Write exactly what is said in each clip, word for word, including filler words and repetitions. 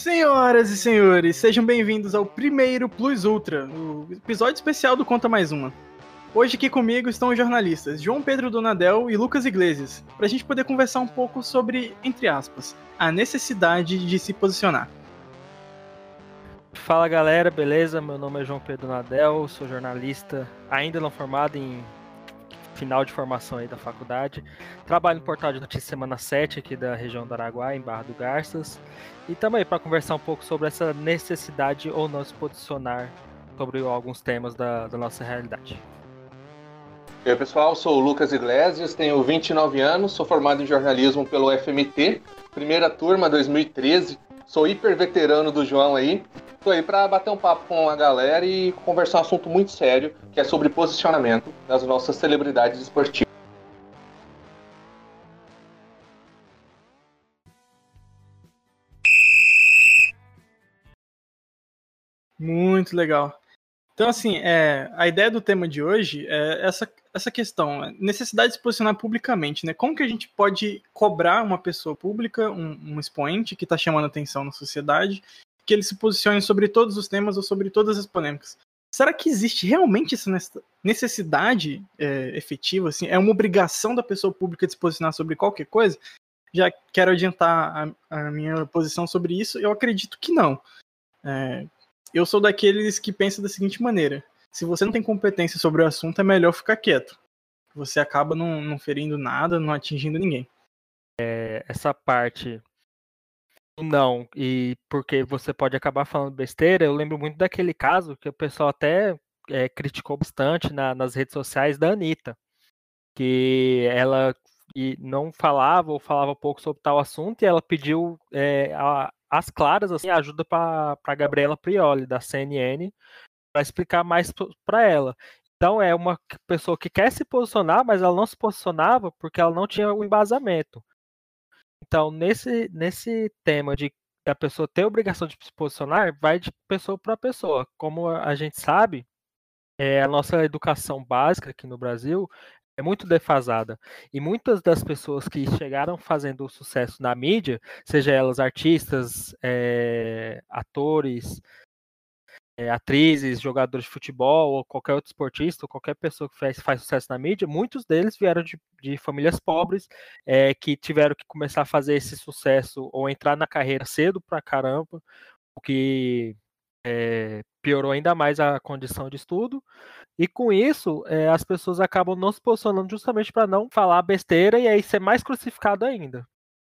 Senhoras e senhores, sejam bem-vindos ao primeiro Plus Ultra, o episódio especial do Conta Mais Uma. Hoje aqui comigo estão os jornalistas João Pedro Donadel e Lucas Iglesias, para a gente poder conversar um pouco sobre, entre aspas, a necessidade de se posicionar. Fala galera, beleza? Meu nome é João Pedro Donadel, sou jornalista ainda não formado em final de formação aí da faculdade. Trabalho no portal de notícias Semana sete aqui da região do Araguaia, em Barra do Garças. E também para conversar um pouco sobre essa necessidade ou não se posicionar sobre alguns temas da, da nossa realidade. E aí pessoal, sou o Lucas Iglesias, tenho vinte e nove anos, sou formado em jornalismo pelo F M T, primeira turma dois mil e treze, sou hiper veterano do João aí. Estou aí para bater um papo com a galera e conversar um assunto muito sério, que é sobre posicionamento das nossas celebridades esportivas. Muito legal. Então, assim, é, a ideia do tema de hoje é essa, essa questão, necessidade de se posicionar publicamente, né? Como que a gente pode cobrar uma pessoa pública, um, um expoente que está chamando atenção na sociedade, que ele se posicione sobre todos os temas ou sobre todas as polêmicas? Será que existe realmente essa necessidade é, efetiva? Assim? É uma obrigação da pessoa pública de se posicionar sobre qualquer coisa? Já quero adiantar a, a minha posição sobre isso. Eu acredito que não. É, eu sou daqueles que pensam da seguinte maneira: se você não tem competência sobre o assunto, é melhor ficar quieto. Você acaba não, não ferindo nada, não atingindo ninguém. É, essa parte... Não, e porque você pode acabar falando besteira, eu lembro muito daquele caso que o pessoal até é, criticou bastante na, nas redes sociais da Anitta, que ela e não falava ou falava pouco sobre tal assunto e ela pediu é, a, as claras assim, ajuda para a Gabriela Prioli, da C N N, para explicar mais para ela. Então é uma pessoa que quer se posicionar, mas ela não se posicionava porque ela não tinha o embasamento. Então, nesse, nesse tema de a pessoa ter a obrigação de se posicionar, vai de pessoa para pessoa. Como a gente sabe, é, a nossa educação básica aqui no Brasil é muito defasada. E muitas das pessoas que chegaram fazendo sucesso na mídia, seja elas artistas, é, atores, É, atrizes, jogadores de futebol, ou qualquer outro esportista, ou qualquer pessoa que faz, faz sucesso na mídia, muitos deles vieram de, de famílias pobres, é, que tiveram que começar a fazer esse sucesso ou entrar na carreira cedo pra caramba, o que é, piorou ainda mais a condição de estudo. E com isso, é, as pessoas acabam não se posicionando justamente para não falar besteira e aí ser mais crucificado ainda.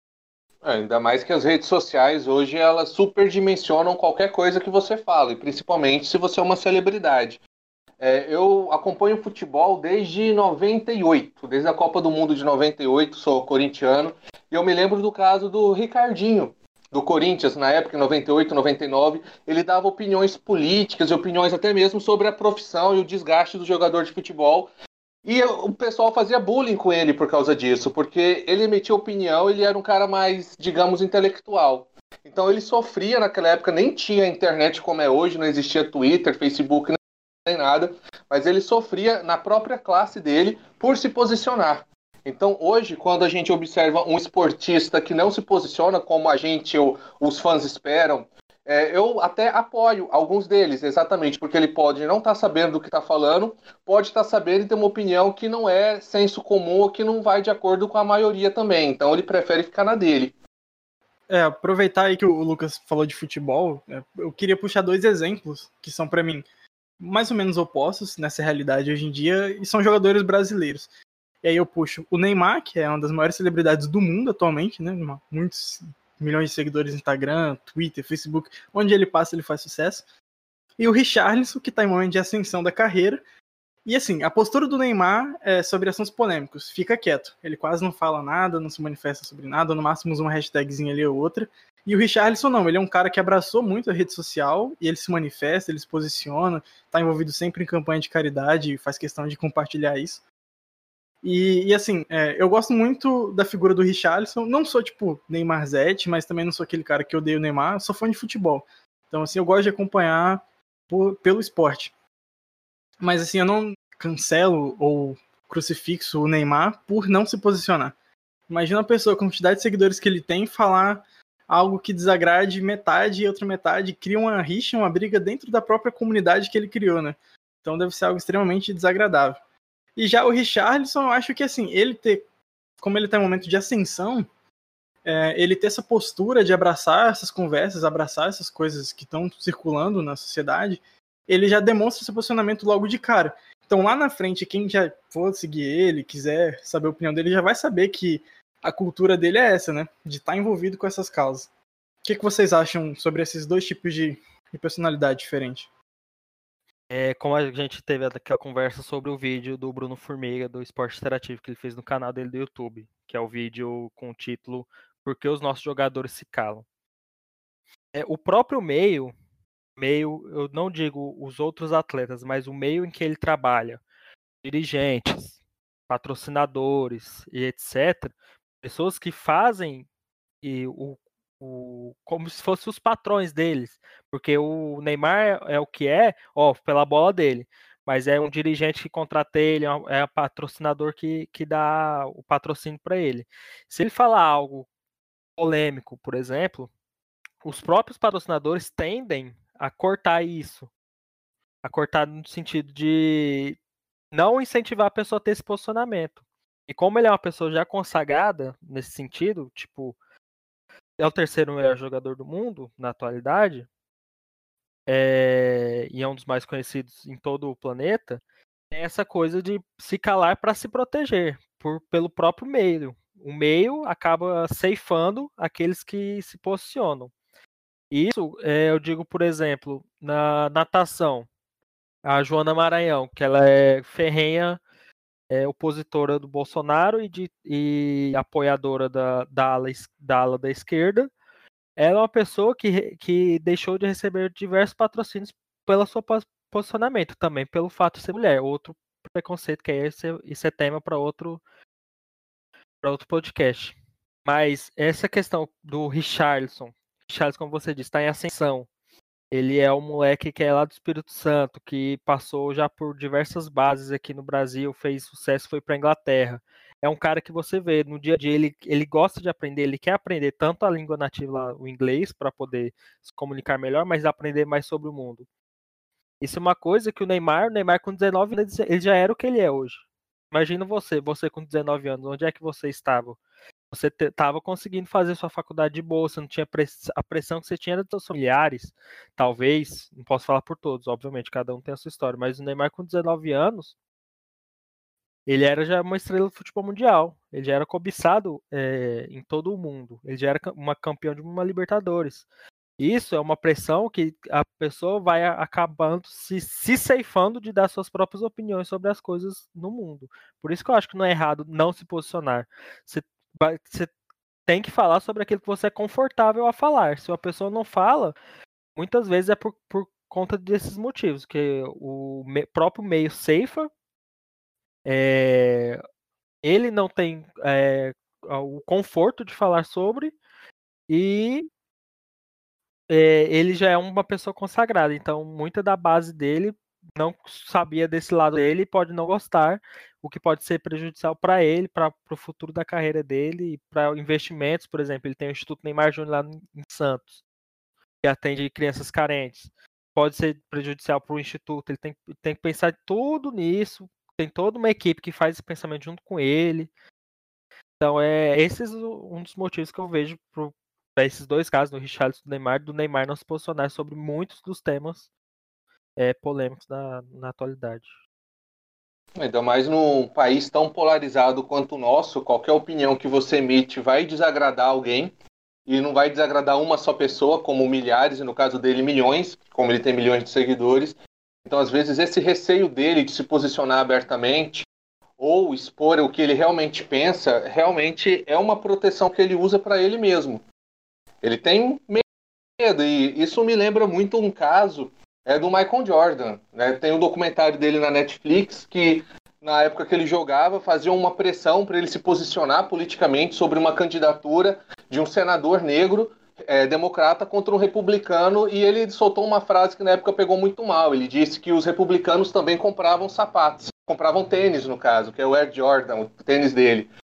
É, ainda mais que as redes sociais hoje elas superdimensionam qualquer coisa que você fala, e principalmente se você é uma celebridade. É, eu acompanho futebol desde noventa e oito, desde a Copa do Mundo de noventa e oito, sou corintiano, e eu me lembro do caso do Ricardinho, do Corinthians, na época, em noventa e oito, noventa e nove, ele dava opiniões políticas e opiniões até mesmo sobre a profissão e o desgaste do jogador de futebol. E o pessoal fazia bullying com ele por causa disso, porque ele emitia opinião, ele era um cara mais, digamos, intelectual. Então ele sofria naquela época, nem tinha internet como é hoje, não existia Twitter, Facebook, nem nada, mas ele sofria na própria classe dele por se posicionar. Então hoje, quando a gente observa um esportista que não se posiciona como a gente ou os fãs esperam, É, eu até apoio alguns deles, exatamente, porque ele pode não estar sabendo do que está falando, pode estar sabendo e ter uma opinião que não é senso comum ou que não vai de acordo com a maioria também. Então ele prefere ficar na dele. É, aproveitar aí que o Lucas falou de futebol, eu queria puxar dois exemplos que são, para mim, mais ou menos opostos nessa realidade hoje em dia, e são jogadores brasileiros. E aí eu puxo o Neymar, que é uma das maiores celebridades do mundo atualmente, né? Muitos milhões de seguidores no Instagram, Twitter, Facebook, onde ele passa ele faz sucesso. E o Richarlison, que está em momento de ascensão da carreira. E assim, a postura do Neymar é sobre assuntos polêmicos, fica quieto. Ele quase não fala nada, não se manifesta sobre nada, no máximo usa uma hashtagzinha ali ou outra. E o Richarlison não, ele é um cara que abraçou muito a rede social, e ele se manifesta, ele se posiciona, está envolvido sempre em campanha de caridade e faz questão de compartilhar isso. E, e assim, é, eu gosto muito da figura do Richarlison. Não sou, tipo, Neymarzete, mas também não sou aquele cara que odeia o Neymar. Sou fã de futebol. Então, assim, eu gosto de acompanhar por, pelo esporte. Mas, assim, eu não cancelo ou crucifixo o Neymar por não se posicionar. Imagina uma pessoa com a quantidade de seguidores que ele tem falar algo que desagrade metade e outra metade, cria uma rixa, uma briga dentro da própria comunidade que ele criou, né? Então deve ser algo extremamente desagradável. E já o Richarlison, eu acho que assim, ele ter, como ele tá em um momento de ascensão, é, ele ter essa postura de abraçar essas conversas, abraçar essas coisas que estão circulando na sociedade, ele já demonstra esse posicionamento logo de cara. Então lá na frente, quem já for seguir ele, quiser saber a opinião dele, já vai saber que a cultura dele é essa, né? De estar envolvido com essas causas. O que, que vocês acham sobre esses dois tipos de, de personalidade diferente? É, como a gente teve aquela conversa sobre o vídeo do Bruno Formiga, do Esporte Interativo, que ele fez no canal dele do YouTube, que é o vídeo com o título Por que os nossos jogadores se calam? É, o próprio meio, meio, eu não digo os outros atletas, mas o meio em que ele trabalha, dirigentes, patrocinadores e etcétera, pessoas que fazem e o, o, como se fossem os patrões deles, porque o Neymar é, é o que é, ó, pela bola dele, mas é um dirigente que contrata ele, é, um, é um patrocinador que, que dá o patrocínio para ele. Se ele falar algo polêmico, por exemplo, os próprios patrocinadores tendem a cortar isso, a cortar no sentido de não incentivar a pessoa a ter esse posicionamento. E como ele é uma pessoa já consagrada nesse sentido, tipo, é o terceiro melhor jogador do mundo na atualidade, é, e é um dos mais conhecidos em todo o planeta, tem essa coisa de se calar para se proteger por, pelo próprio meio. O meio acaba ceifando aqueles que se posicionam. Isso, é, eu digo, por exemplo, na natação, a Joana Maranhão, que ela é ferrenha, é, opositora do Bolsonaro e, de, e apoiadora da, da, ala, da ala da esquerda. Ela é uma pessoa que, que deixou de receber diversos patrocínios pelo seu posicionamento, também pelo fato de ser mulher. Outro preconceito que é esse, isso é tema para outro, para outro podcast. Mas essa questão do Richarlison, Richarlison, como você disse, está em ascensão. Ele é um moleque que é lá do Espírito Santo, que passou já por diversas bases aqui no Brasil, fez sucesso, foi para a Inglaterra. É um cara que você vê no dia a dia, ele, ele gosta de aprender, ele quer aprender tanto a língua nativa, o inglês, para poder se comunicar melhor, mas aprender mais sobre o mundo. Isso é uma coisa que o Neymar, o Neymar com dezenove anos, ele já era o que ele é hoje. Imagina você, você com dezenove anos, onde é que você estava? Você estava conseguindo fazer sua faculdade de boa, você não tinha press- a pressão que você tinha dos seus familiares, talvez, não posso falar por todos, obviamente, cada um tem a sua história, mas o Neymar com dezenove anos, ele era já uma estrela do futebol mundial, ele já era cobiçado é, em todo o mundo, ele já era uma campeão de uma Libertadores. Isso é uma pressão que a pessoa vai acabando se, se ceifando de dar suas próprias opiniões sobre as coisas no mundo. Por isso que eu acho que não é errado não se posicionar. Você Você tem que falar sobre aquilo que você é confortável a falar. Se uma pessoa não fala, muitas vezes é por, por conta desses motivos, que o me, próprio meio ceifa, é, ele não tem é, o conforto de falar sobre e é, ele já é uma pessoa consagrada. Então, muita da base dele não sabia desse lado dele, pode não gostar, o que pode ser prejudicial para ele, para o futuro da carreira dele, para investimentos, por exemplo. Ele tem o Instituto Neymar Júnior lá em Santos, que atende crianças carentes. Pode ser prejudicial para o Instituto, ele tem, tem que pensar tudo nisso, tem toda uma equipe que faz esse pensamento junto com ele. Então, é esse é um dos motivos que eu vejo para esses dois casos, do Richarlison e do Neymar, do Neymar não se posicionar sobre muitos dos temas É, polêmicos na, na atualidade. Ainda mais num país tão polarizado quanto o nosso, qualquer opinião que você emite vai desagradar alguém, e não vai desagradar uma só pessoa, como milhares, e no caso dele milhões, como ele tem milhões de seguidores. Então, às vezes, esse receio dele de se posicionar abertamente ou expor o que ele realmente pensa, realmente é uma proteção que ele usa para ele mesmo. Ele tem medo, e isso me lembra muito um caso é do Michael Jordan, né? Tem um documentário dele na Netflix que, na época que ele jogava, fazia uma pressão para ele se posicionar politicamente sobre uma candidatura de um senador negro é, democrata contra um republicano, e ele soltou uma frase que na época pegou muito mal. Ele disse que os republicanos também compravam sapatos, compravam tênis, no caso, que é o Air Jordan, o tênis dele.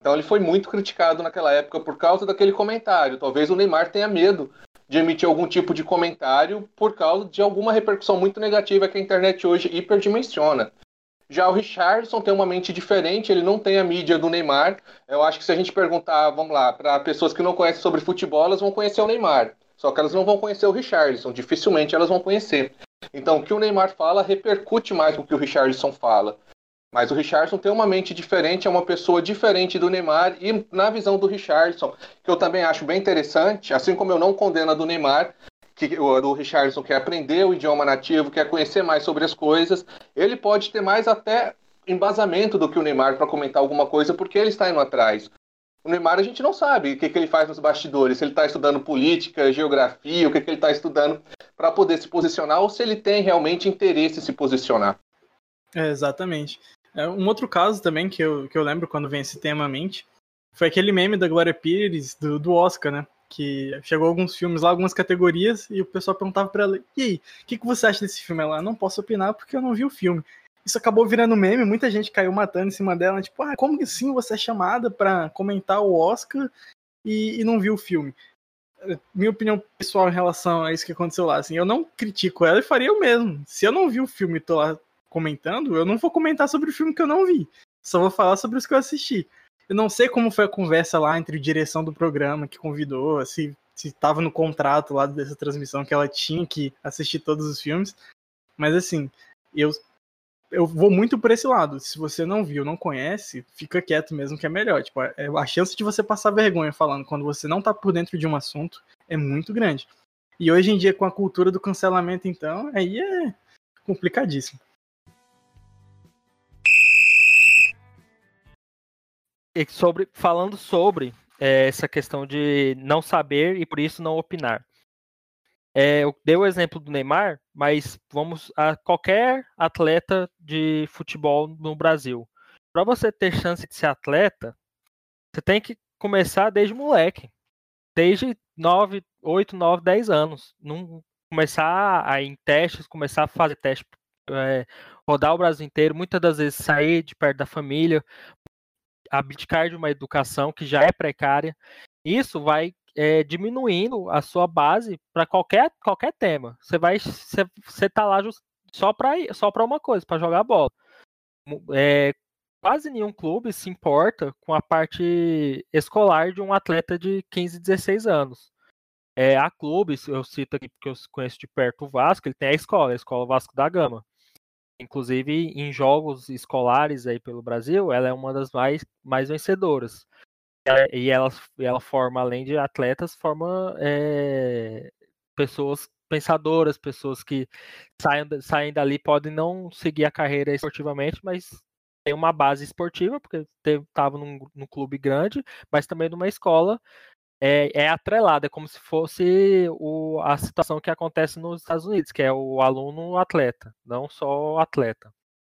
Então ele foi muito criticado naquela época por causa daquele comentário. Talvez o Neymar tenha medo de emitir algum tipo de comentário por causa de alguma repercussão muito negativa que a internet hoje hiperdimensiona. Já o Richarlison tem uma mente diferente, ele não tem a mídia do Neymar. Eu acho que se a gente perguntar, vamos lá, para pessoas que não conhecem sobre futebol, elas vão conhecer o Neymar. Só que elas não vão conhecer o Richarlison, dificilmente elas vão conhecer. Então o que o Neymar fala repercute mais do que o Richarlison fala. Mas o Richarlison tem uma mente diferente, é uma pessoa diferente do Neymar, e na visão do Richarlison, que eu também acho bem interessante, assim como eu não condeno a do Neymar, que o do Richarlison quer aprender o idioma nativo, quer conhecer mais sobre as coisas, ele pode ter mais até embasamento do que o Neymar para comentar alguma coisa, porque ele está indo atrás. O Neymar a gente não sabe o que, que ele faz nos bastidores, se ele está estudando política, geografia, o que, que ele está estudando para poder se posicionar, ou se ele tem realmente interesse em se posicionar. É, exatamente. É, um outro caso também que eu, que eu lembro quando vem esse tema à mente foi aquele meme da Glória Pires do, do Oscar, né? Que chegou alguns filmes lá, algumas categorias, e o pessoal perguntava pra ela, e aí, o que, que você acha desse filme? Ela, não posso opinar porque eu não vi o filme. Isso acabou virando meme, muita gente caiu matando em cima dela, tipo, ah, como que assim você é chamada pra comentar o Oscar e, e não viu o filme? Minha opinião pessoal em relação a isso que aconteceu lá, assim, eu não critico ela e faria o mesmo. Se eu não vi o filme e tô lá comentando, eu não vou comentar sobre o filme que eu não vi. Só vou falar sobre os que eu assisti. Eu não sei como foi a conversa lá entre a direção do programa que convidou, se se estava no contrato lá dessa transmissão que ela tinha que assistir todos os filmes. Mas assim, eu, eu vou muito por esse lado. Se você não viu, não conhece, fica quieto mesmo que é melhor. Tipo, a chance de você passar vergonha falando quando você não tá por dentro de um assunto é muito grande. E hoje em dia, com a cultura do cancelamento, então, aí é complicadíssimo. E sobre, falando sobre é, essa questão de não saber e por isso não opinar. É, eu dei o exemplo do Neymar, mas vamos a qualquer atleta de futebol no Brasil. Para você ter chance de ser atleta, você tem que começar desde moleque. Desde nove, oito, nove, dez anos. Não começar a ir em testes, começar a fazer teste, é, rodar o Brasil inteiro, muitas das vezes sair de perto da família, abdicar de uma educação que já é precária. Isso vai é, diminuindo a sua base para qualquer, qualquer tema. Você vai você, você tá lá just, só para só para uma coisa, para jogar bola. É, quase nenhum clube se importa com a parte escolar de um atleta de quinze, dezesseis anos. É, há clubes, eu cito aqui porque eu conheço de perto o Vasco, ele tem a escola, a Escola Vasco da Gama. Inclusive, em jogos escolares aí pelo Brasil, ela é uma das mais, mais vencedoras. E ela, ela forma, além de atletas, forma é, pessoas pensadoras, pessoas que saem, saem dali, podem não seguir a carreira esportivamente, mas tem uma base esportiva, porque estava num, num clube grande, mas também numa escola é, é atrelada, é como se fosse o, a situação que acontece nos Estados Unidos, que é o aluno atleta, não só o atleta.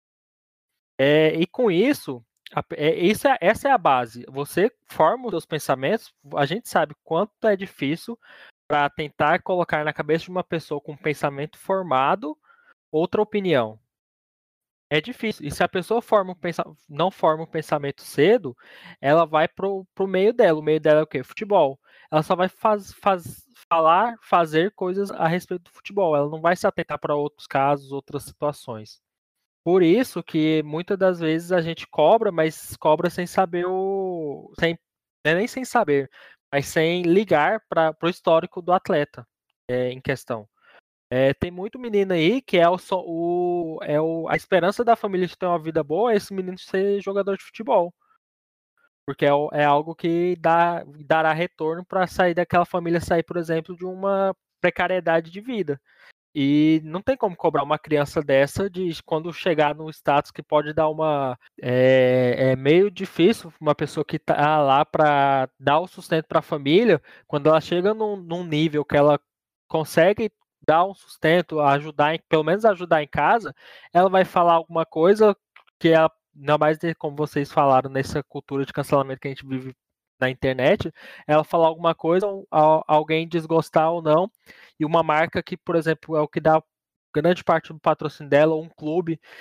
É, e com isso, a, é, isso é, essa é a base. Você forma os seus pensamentos, a gente sabe quanto é difícil para tentar colocar na cabeça de uma pessoa com um pensamento formado outra opinião. É difícil. E se a pessoa forma um pensa... não forma um pensamento cedo, ela vai pro, pro meio dela. O meio dela é o quê? Futebol. Ela só vai faz, faz, falar, fazer coisas a respeito do futebol. Ela não vai se atentar para outros casos, outras situações. Por isso que muitas das vezes a gente cobra, mas cobra sem saber o. Sem, não é nem sem saber, mas sem ligar para o histórico do atleta é, em questão. É, tem muito menino aí que é, o, o, é o, a esperança da família de ter uma vida boa é esse menino ser jogador de futebol. Porque é, é algo que dá, dará retorno para sair daquela família, sair, por exemplo, de uma precariedade de vida. E não tem como cobrar uma criança dessa de quando chegar no status que pode dar uma. É, é meio difícil uma pessoa que tá lá para dar o sustento para a família, quando ela chega num, num nível que ela consegue dar um sustento, ajudar, em, pelo menos ajudar em casa, ela vai falar alguma coisa que ela, ainda mais de, como vocês falaram, nessa cultura de cancelamento que a gente vive na internet, ela falar alguma coisa, alguém desgostar ou não, e uma marca que, por exemplo, é o que dá grande parte do patrocínio dela, ou um clube,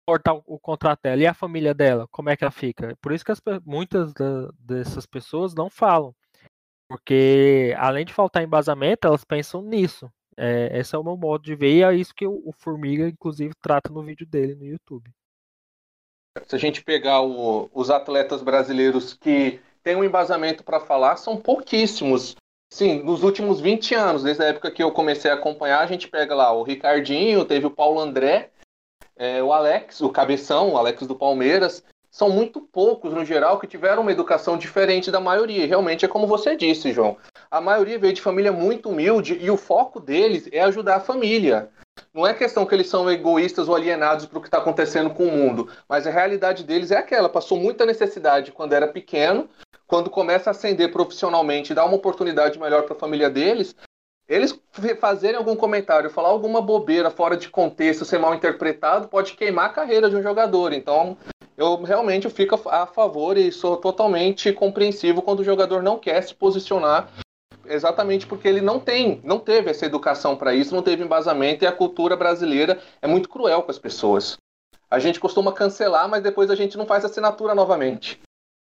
cortar o, o contrato dela. E a família dela, como é que ela fica? Por isso que as, muitas da, dessas pessoas não falam. Porque, além de faltar embasamento, elas pensam nisso. É, esse é o meu modo de ver, e é isso que o, o Formiga, inclusive, trata no vídeo dele no YouTube. Se a gente pegar o, os atletas brasileiros que têm um embasamento para falar, são pouquíssimos. Sim, nos últimos vinte anos, desde a época que eu comecei a acompanhar, a gente pega lá o Ricardinho, teve o Paulo André, é, o Alex, o Cabeção, o Alex do Palmeiras. São muito poucos, no geral, que tiveram uma educação diferente da maioria. Realmente é como você disse, João. A maioria veio de família muito humilde e o foco deles é ajudar a família. Não é questão que eles são egoístas ou alienados para o que está acontecendo com o mundo, mas a realidade deles é aquela. Passou muita necessidade quando era pequeno, quando começa a ascender profissionalmente e dá uma oportunidade melhor para a família deles, eles fazerem algum comentário, falar alguma bobeira fora de contexto, ser mal interpretado, pode queimar a carreira de um jogador. Então, eu realmente fico a favor e sou totalmente compreensivo quando o jogador não quer se posicionar, exatamente porque ele não tem, não teve essa educação para isso, não teve embasamento, e a cultura brasileira é muito cruel com as pessoas. A gente costuma cancelar, mas depois a gente não faz assinatura novamente.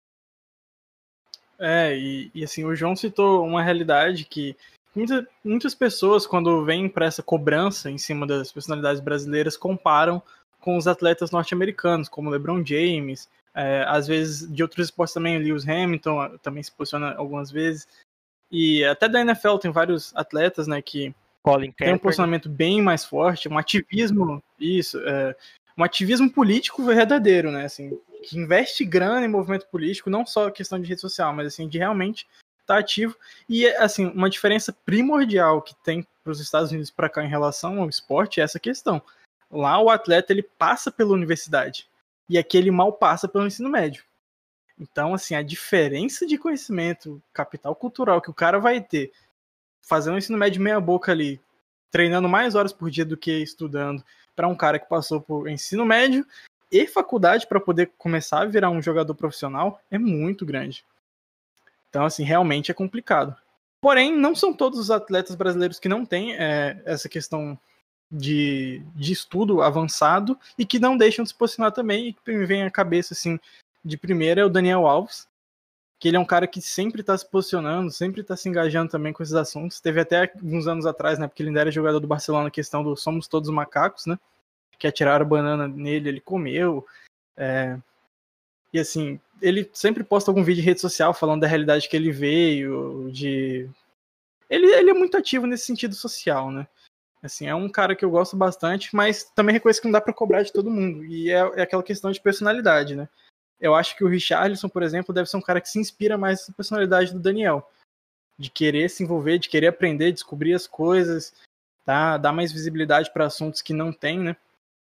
É, e, e assim, o João citou uma realidade que muita, muitas pessoas, quando vêm para essa cobrança em cima das personalidades brasileiras, comparam com os atletas norte-americanos, como LeBron James, é, às vezes de outros esportes também, o Lewis Hamilton também se posiciona algumas vezes, e até da N F L tem vários atletas, né, que Colin tem um Kaepernick. posicionamento bem mais forte, um ativismo, isso, é, um ativismo político verdadeiro, né, assim, que investe grana em movimento político, não só questão de rede social, mas assim, de realmente estar ativo. E assim, uma diferença primordial que tem para os Estados Unidos para cá em relação ao esporte é essa questão. Lá o atleta ele passa pela universidade e aqui ele mal passa pelo ensino médio. Então, assim, a diferença de conhecimento, capital cultural que o cara vai ter fazendo um ensino médio meia boca ali, treinando mais horas por dia do que estudando, para um cara que passou por ensino médio e faculdade para poder começar a virar um jogador profissional, é muito grande. Então, assim, realmente é complicado. Porém, não são todos os atletas brasileiros que não têm é, essa questão de, de estudo avançado e que não deixam de se posicionar também. E que me vem à cabeça, assim, de primeira é o Daniel Alves, que ele é um cara que sempre está se posicionando, sempre está se engajando também com esses assuntos. Teve até alguns anos atrás, né, porque ele ainda era jogador do Barcelona, a questão do somos todos macacos, né, que atiraram a banana nele, ele comeu. É... E assim, ele sempre posta algum vídeo em rede social falando da realidade que ele veio, de... Ele, ele é muito ativo nesse sentido social, né? Assim, é um cara que eu gosto bastante, mas também reconheço que não dá pra cobrar de todo mundo. E é, é aquela questão de personalidade, né? Eu acho que o Richarlison, por exemplo, deve ser um cara que se inspira mais na personalidade do Daniel. De querer se envolver, de querer aprender, descobrir as coisas, tá? Dar mais visibilidade para assuntos que não tem, né?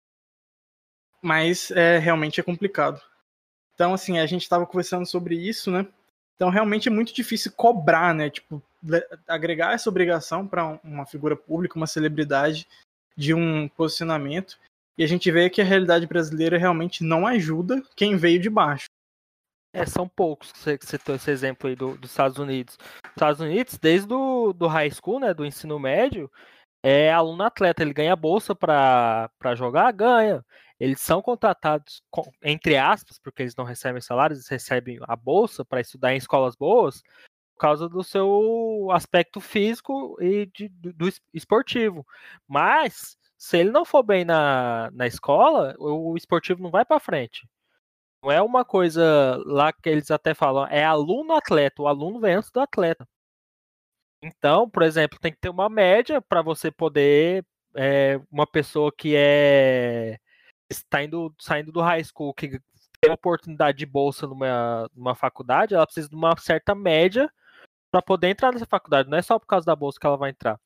Mas é, realmente é complicado. Então, assim, a gente estava conversando sobre isso, né? Então, realmente é muito difícil cobrar, né? Tipo, agregar essa obrigação para uma figura pública, uma celebridade, de um posicionamento. E a gente vê que a realidade brasileira realmente não ajuda quem veio de baixo. É, são poucos que você citou esse exemplo aí do, dos Estados Unidos. Os Estados Unidos, desde do, do high school, né, do ensino médio, é aluno atleta, ele ganha bolsa para jogar? Ganha. Eles são contratados, entre aspas, porque eles não recebem salários, eles recebem a bolsa para estudar em escolas boas por causa do seu aspecto físico e de, do, do esportivo. Mas, se ele não for bem na, na escola, o esportivo não vai para frente. Não é uma coisa lá que eles até falam, é aluno-atleta, o aluno vem antes do atleta. Então, por exemplo, tem que ter uma média para você poder, é, uma pessoa que é está indo, saindo do high school, que tem oportunidade de bolsa numa, numa faculdade, ela precisa de uma certa média para poder entrar nessa faculdade, não é só por causa da bolsa que ela vai entrar.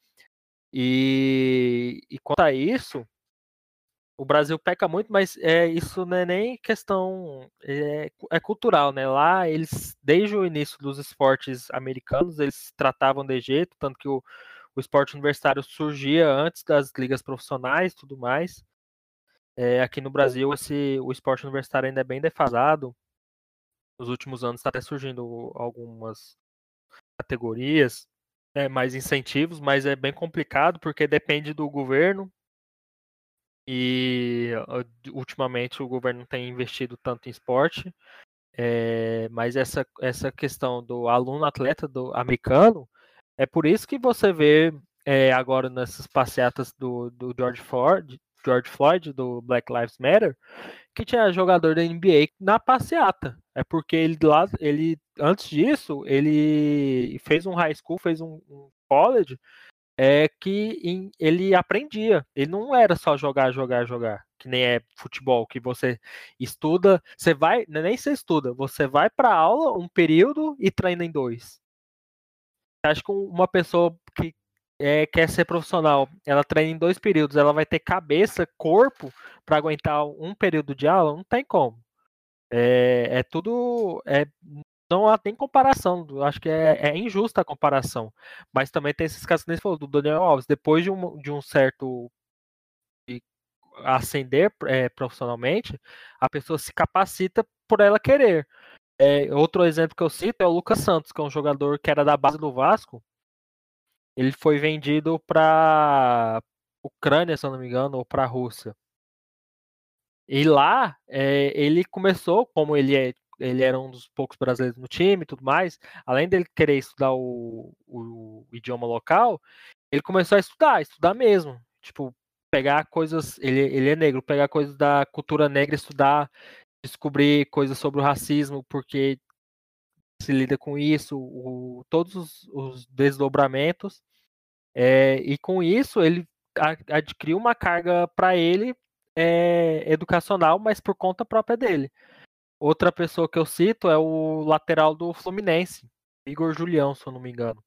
E, e quanto a isso, o Brasil peca muito, mas é, isso não é nem questão, é, é cultural, né? Lá eles, desde o início dos esportes americanos, eles tratavam de jeito, tanto que o, o esporte universitário surgia antes das ligas profissionais e tudo mais. É, aqui no Brasil, esse, o esporte universitário ainda é bem defasado. Nos últimos anos está até surgindo algumas categorias, é, mais incentivos, mas é bem complicado porque depende do governo. E ultimamente o governo não tem investido tanto em esporte, é, mas essa, essa questão do aluno atleta do americano, é por isso que você vê é, agora nessas passeatas do, do George, Ford, George Floyd, do Black Lives Matter, que tinha jogador da N B A na passeata. É porque ele lá, ele antes disso, ele fez um high school, fez um, um college, é que em, ele aprendia. Ele não era só jogar, jogar, jogar, que nem é futebol, que você estuda, você vai, nem você estuda, você vai para aula um período e treina em dois. Acho que uma pessoa que é, quer ser profissional, ela treina em dois períodos, ela vai ter cabeça, corpo para aguentar um período de aula? Não tem como. É, é tudo. É, não há nem comparação. Acho que é, é injusta a comparação. Mas também tem esses casos que você falou, do Daniel Alves. Depois de um, de um certo ascender é, profissionalmente, a pessoa se capacita por ela querer. É, outro exemplo que eu cito é o Lucas Santos, que é um jogador que era da base do Vasco. Ele foi vendido para Ucrânia, se eu não me engano, ou para a Rússia. E lá, é, ele começou, como ele, é, ele era um dos poucos brasileiros no time e tudo mais, além dele querer estudar o, o, o idioma local, ele começou a estudar, estudar mesmo. Tipo, pegar coisas, ele, ele é negro, pegar coisas da cultura negra, estudar, descobrir coisas sobre o racismo, porque se lida com isso, o, todos os, os desdobramentos. É, e com isso, ele adquiriu uma carga para ele é, educacional, mas por conta própria dele. Outra pessoa que eu cito é o lateral do Fluminense, Igor Julião, se eu não me engano.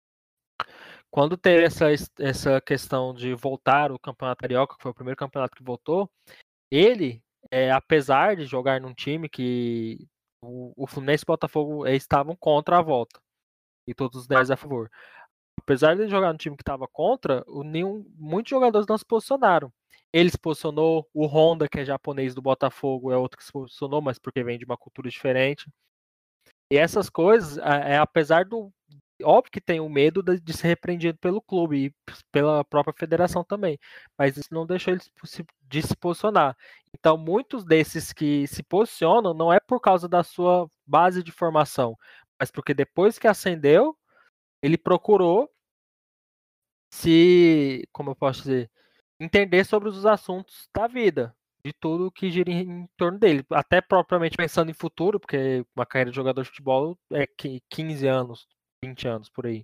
Quando teve essa, essa questão de voltar o Campeonato Carioca, que foi o primeiro campeonato que voltou, ele, é, apesar de jogar num time que o, o Fluminense e o Botafogo é, estavam contra a volta, e todos os dez a favor. Apesar de ele jogar no time que estava contra, o nenhum, muitos jogadores não se posicionaram. Ele se posicionou, o Honda, que é japonês do Botafogo, é outro que se posicionou, mas porque vem de uma cultura diferente. E essas coisas, é, apesar do... Óbvio que tem o medo de, de ser repreendido pelo clube e pela própria federação também, mas isso não deixou ele de se posicionar. Então, muitos desses que se posicionam não é por causa da sua base de formação, mas porque depois que ascendeu, ele procurou se, como eu posso dizer, entender sobre os assuntos da vida, de tudo que gira em, em torno dele, até propriamente pensando em futuro, porque uma carreira de jogador de futebol é quinze anos, vinte anos por aí.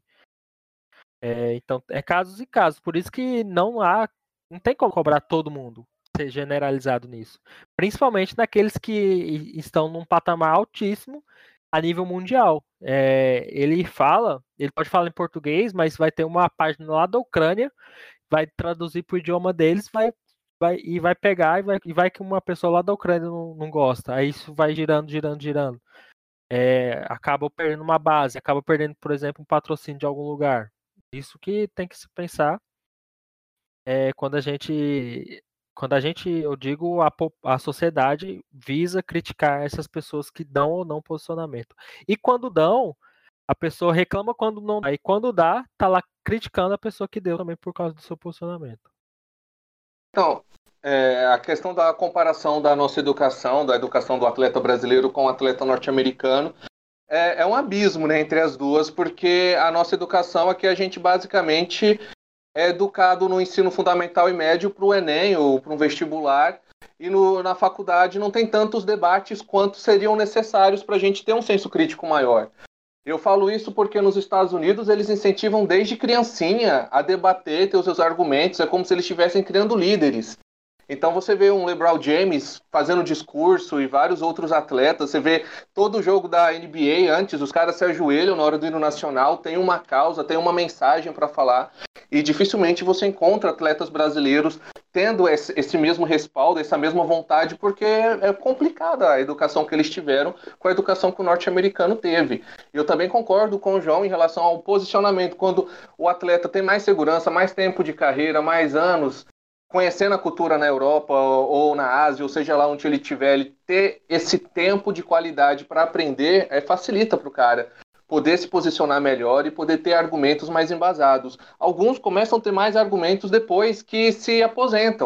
É, então, é casos e casos, por isso que não há, não tem como cobrar todo mundo, ser generalizado nisso, principalmente naqueles que estão num patamar altíssimo a nível mundial. É, ele fala, ele pode falar em português, mas vai ter uma página lá da Ucrânia, vai traduzir para o idioma deles, vai, vai, e vai pegar, e vai, e vai que uma pessoa lá da Ucrânia não, não gosta. Aí isso vai girando, girando, girando. É, acaba perdendo uma base, acaba perdendo, por exemplo, um patrocínio de algum lugar. Isso que tem que se pensar é, quando a gente... Quando a gente, eu digo, a, a sociedade visa criticar essas pessoas que dão ou não posicionamento. E quando dão, a pessoa reclama quando não dá. E quando dá, tá lá criticando a pessoa que deu também por causa do seu posicionamento. Então, é, a questão da comparação da nossa educação, da educação do atleta brasileiro com o atleta norte-americano, é, é um abismo, né, entre as duas, porque a nossa educação aqui, a gente basicamente... é educado no ensino fundamental e médio para o Enem ou para um vestibular, e no, na faculdade não tem tantos debates quanto seriam necessários para a gente ter um senso crítico maior. Eu falo isso porque nos Estados Unidos eles incentivam desde criancinha a debater, ter os seus argumentos, é como se eles estivessem criando líderes. Então você vê um LeBron James fazendo discurso e vários outros atletas, você vê todo o jogo da N B A antes, os caras se ajoelham na hora do hino nacional, tem uma causa, tem uma mensagem para falar, e dificilmente você encontra atletas brasileiros tendo esse, esse mesmo respaldo, essa mesma vontade, porque é complicada a educação que eles tiveram com a educação que o norte-americano teve. E eu também concordo com o João em relação ao posicionamento, quando o atleta tem mais segurança, mais tempo de carreira, mais anos, conhecendo a cultura na Europa ou na Ásia, ou seja lá onde ele estiver, ele ter esse tempo de qualidade para aprender, é, facilita para o cara poder se posicionar melhor e poder ter argumentos mais embasados. Alguns começam a ter mais argumentos depois que se aposentam.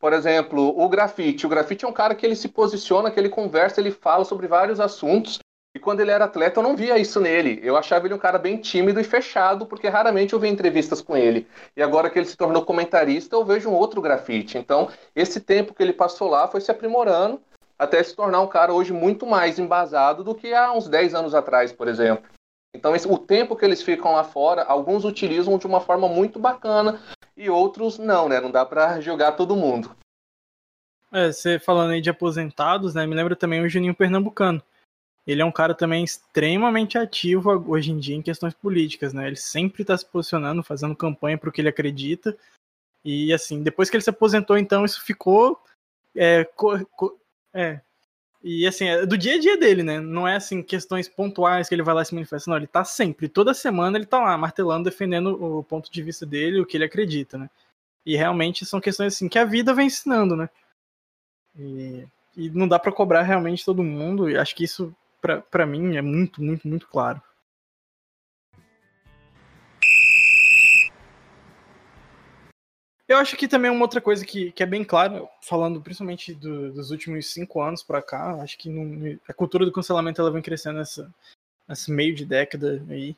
Por exemplo, o Grafite. O Grafite é um cara que ele se posiciona, que ele conversa, ele fala sobre vários assuntos. E quando ele era atleta, eu não via isso nele. Eu achava ele um cara bem tímido e fechado, porque raramente eu via entrevistas com ele. E agora que ele se tornou comentarista, eu vejo um outro Grafite. Então, esse tempo que ele passou lá foi se aprimorando até se tornar um cara hoje muito mais embasado do que há uns dez anos atrás, por exemplo. Então, esse, o tempo que eles ficam lá fora, alguns utilizam de uma forma muito bacana e outros não, né? Não dá pra jogar todo mundo. É, você falando aí de aposentados, né? Me lembra também o Juninho Pernambucano. Ele é um cara também extremamente ativo hoje em dia em questões políticas, né? Ele sempre está se posicionando, fazendo campanha para o que ele acredita. E assim, depois que ele se aposentou, então, isso ficou... É, co, co, é, e assim, é do dia a dia dele, né? Não é assim, questões pontuais que ele vai lá e se manifesta. Não, ele tá sempre, toda semana ele tá lá, martelando, defendendo o ponto de vista dele, o que ele acredita, né? E realmente são questões assim que a vida vem ensinando, né? E, e não dá para cobrar realmente todo mundo. E acho que isso, pra, pra mim, é muito, muito, muito claro. Eu acho que também uma outra coisa que, que é bem clara, falando principalmente do, dos últimos cinco anos pra cá, acho que no, a cultura do cancelamento ela vem crescendo nessa, nesse meio de década aí.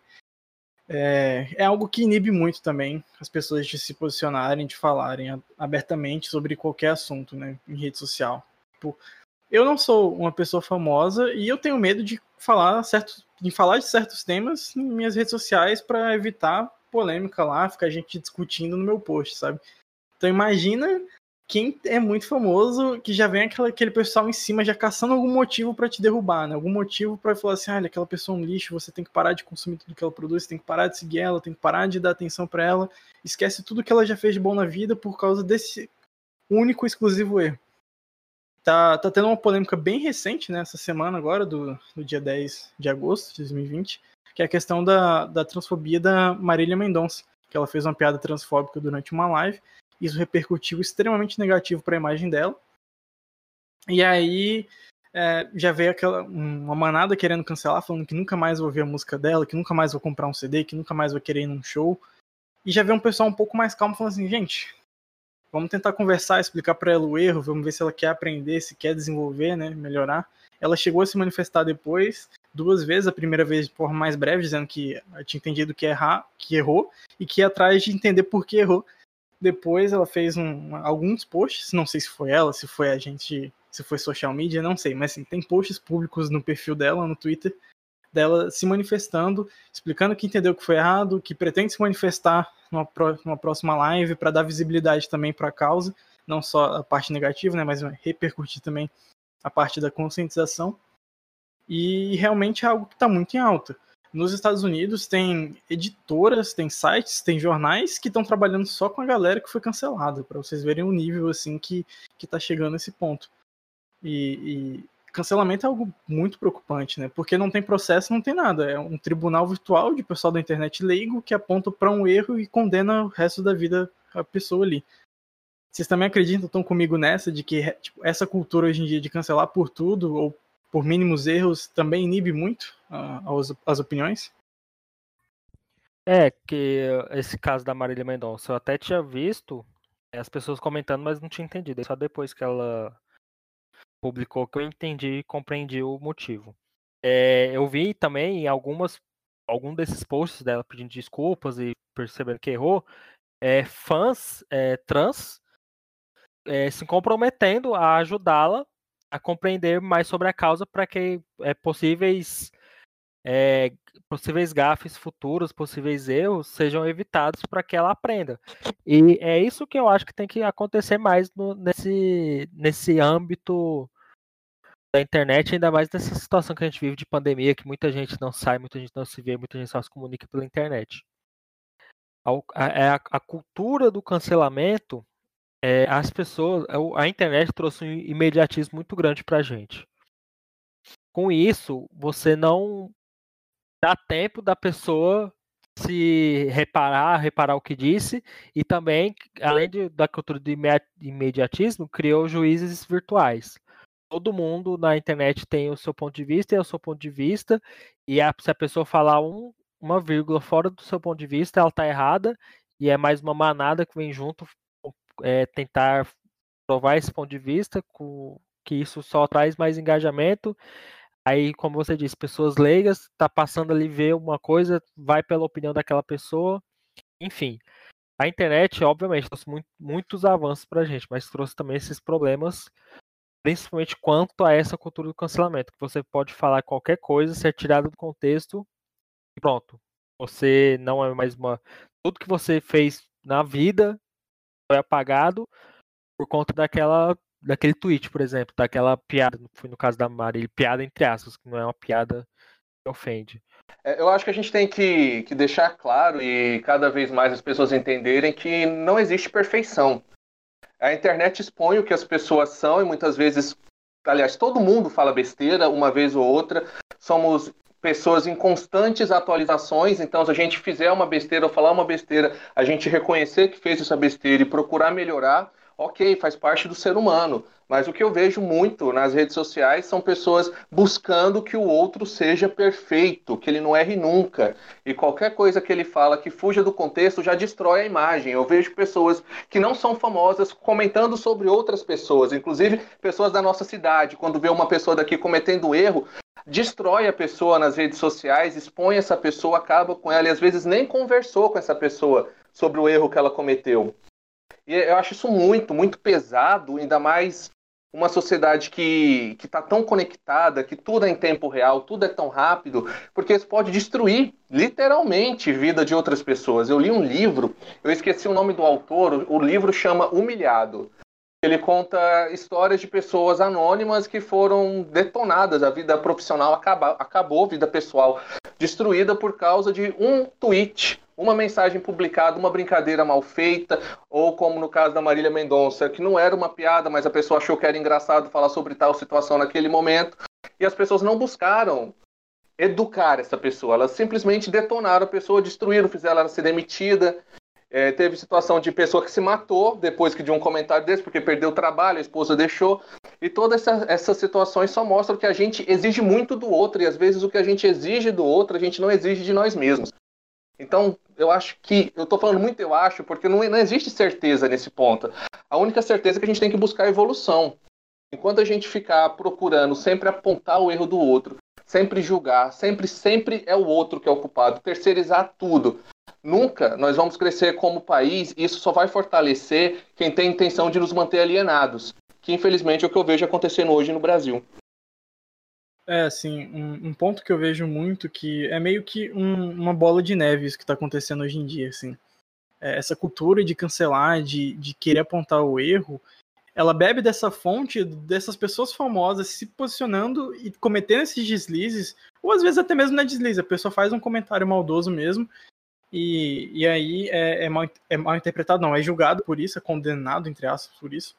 É, é algo que inibe muito também as pessoas de se posicionarem, de falarem abertamente sobre qualquer assunto, né, em rede social. Tipo, eu não sou uma pessoa famosa e eu tenho medo de falar, certo, de, falar de certos temas em minhas redes sociais para evitar polêmica lá, ficar a gente discutindo no meu post, sabe? Então imagina quem é muito famoso, que já vem aquela, aquele pessoal em cima já caçando algum motivo para te derrubar, né? Algum motivo para falar assim, olha, aquela pessoa é um lixo, você tem que parar de consumir tudo que ela produz, você tem que parar de seguir ela, tem que parar de dar atenção para ela, esquece tudo que ela já fez de bom na vida por causa desse único exclusivo erro. Tá, tá tendo uma polêmica bem recente, né, essa semana agora, do, do dia dez de agosto de dois mil e vinte, que é a questão da, da transfobia da Marília Mendonça, que ela fez uma piada transfóbica durante uma live. Isso repercutiu extremamente negativo para a imagem dela. E aí é, já veio aquela, uma manada querendo cancelar, falando que nunca mais vou ouvir a música dela, que nunca mais vou comprar um C D, que nunca mais vou querer ir num show. E já veio um pessoal um pouco mais calmo falando assim, gente, vamos tentar conversar, explicar para ela o erro, vamos ver se ela quer aprender, se quer desenvolver, né, melhorar. Ela chegou a se manifestar depois, duas vezes, a primeira vez de forma mais breve, dizendo que tinha entendido que, errar, que errou e que ia atrás de entender por que errou. Depois ela fez um, alguns posts, não sei se foi ela, se foi a gente, se foi social media, não sei, mas assim, tem posts públicos no perfil dela, no Twitter, dela se manifestando, explicando que entendeu que foi errado, que pretende se manifestar numa, numa próxima live para dar visibilidade também para a causa, não só a parte negativa, né, mas repercutir também a parte da conscientização. E realmente é algo que está muito em alta. Nos Estados Unidos tem editoras, tem sites, tem jornais que estão trabalhando só com a galera que foi cancelada, para vocês verem o nível assim que que está chegando nesse ponto. E, e cancelamento é algo muito preocupante, né? Porque não tem processo, não tem nada. É um tribunal virtual de pessoal da internet leigo que aponta para um erro e condena o resto da vida a pessoa ali. Vocês também acreditam, estão comigo nessa, de que tipo, essa cultura hoje em dia de cancelar por tudo ou por mínimos erros também inibe muito uh, as, as opiniões? É, que esse caso da Marília Mendonça, eu até tinha visto as pessoas comentando, mas não tinha entendido. Só depois que ela publicou que eu entendi e compreendi o motivo. É, eu vi também em algumas, algum desses posts dela pedindo desculpas e percebendo que errou, é, fãs é, trans é, se comprometendo a ajudá-la a compreender mais sobre a causa para que é, possíveis é, possíveis gafes futuros, possíveis erros sejam evitados para que ela aprenda. E é isso que eu acho que tem que acontecer mais no, nesse, nesse âmbito da internet, ainda mais nessa situação que a gente vive de pandemia, que muita gente não sai, muita gente não se vê, muita gente só se comunica pela internet. A, a, a cultura do cancelamento, é, as pessoas, a internet trouxe um imediatismo muito grande para a gente. Com isso, você não dá tempo da pessoa se reparar, reparar o que disse, e também, além de, da cultura de imediatismo, criou juízes virtuais. Todo mundo na internet tem o seu ponto de vista e é o seu ponto de vista, e a, se a pessoa falar um, uma vírgula fora do seu ponto de vista, ela está errada, e é mais uma manada que vem junto é, tentar provar esse ponto de vista, com, que isso só traz mais engajamento. Aí, como você disse, pessoas leigas, tá passando ali, ver uma coisa, vai pela opinião daquela pessoa, enfim. A internet, obviamente, trouxe muito, muitos avanços pra gente, mas trouxe também esses problemas, principalmente quanto a essa cultura do cancelamento, que você pode falar qualquer coisa, ser tirado do contexto e pronto. Você não é mais uma... Tudo que você fez na vida foi apagado por conta daquela, daquele tweet, por exemplo, daquela piada, foi no caso da Mari, piada entre aspas, que não é uma piada que ofende. É, eu acho que a gente tem que, que deixar claro e cada vez mais as pessoas entenderem que não existe perfeição. A internet expõe o que as pessoas são e muitas vezes, aliás, todo mundo fala besteira uma vez ou outra. Somos pessoas em constantes atualizações, então se a gente fizer uma besteira ou falar uma besteira, a gente reconhecer que fez essa besteira e procurar melhorar, ok, faz parte do ser humano. Mas o que eu vejo muito nas redes sociais são pessoas buscando que o outro seja perfeito, que ele não erre nunca. E qualquer coisa que ele fala que fuja do contexto já destrói a imagem. Eu vejo pessoas que não são famosas comentando sobre outras pessoas, inclusive pessoas da nossa cidade. Quando vê uma pessoa daqui cometendo erro, destrói a pessoa nas redes sociais, expõe essa pessoa, acaba com ela e às vezes nem conversou com essa pessoa sobre o erro que ela cometeu. E eu acho isso muito, muito pesado, ainda mais uma sociedade que está tão conectada, que tudo é em tempo real, tudo é tão rápido, porque isso pode destruir, literalmente, a vida de outras pessoas. Eu li um livro, eu esqueci o nome do autor, o livro chama Humilhado. Ele conta histórias de pessoas anônimas que foram detonadas, a vida profissional acaba, acabou, a vida pessoal destruída por causa de um tweet, uma mensagem publicada, uma brincadeira mal feita, ou como no caso da Marília Mendonça, que não era uma piada, mas a pessoa achou que era engraçado falar sobre tal situação naquele momento, e as pessoas não buscaram educar essa pessoa, elas simplesmente detonaram a pessoa, destruíram, fizeram ela ser demitida. É, teve situação de pessoa que se matou depois que de um comentário desse, porque perdeu o trabalho, a esposa deixou. E todas essa, essas situações só mostram que a gente exige muito do outro, e às vezes o que a gente exige do outro, a gente não exige de nós mesmos. Então, eu acho que... Eu estou falando muito eu acho, porque não, não existe certeza nesse ponto. A única certeza é que a gente tem que buscar evolução. Enquanto a gente ficar procurando sempre apontar o erro do outro, sempre julgar, sempre, sempre é o outro que é o culpado, terceirizar tudo... Nunca nós vamos crescer como país e isso só vai fortalecer quem tem intenção de nos manter alienados, que infelizmente é o que eu vejo acontecendo hoje no Brasil. É, assim, um, um ponto que eu vejo muito que é meio que um, uma bola de neve isso que está acontecendo hoje em dia, assim. É, essa cultura de cancelar, de, de querer apontar o erro, ela bebe dessa fonte dessas pessoas famosas se posicionando e cometendo esses deslizes, ou às vezes até mesmo não é deslize, a pessoa faz um comentário maldoso mesmo, E, e aí é, é, mal, é mal interpretado, não, é julgado por isso, é condenado, entre aspas, por isso.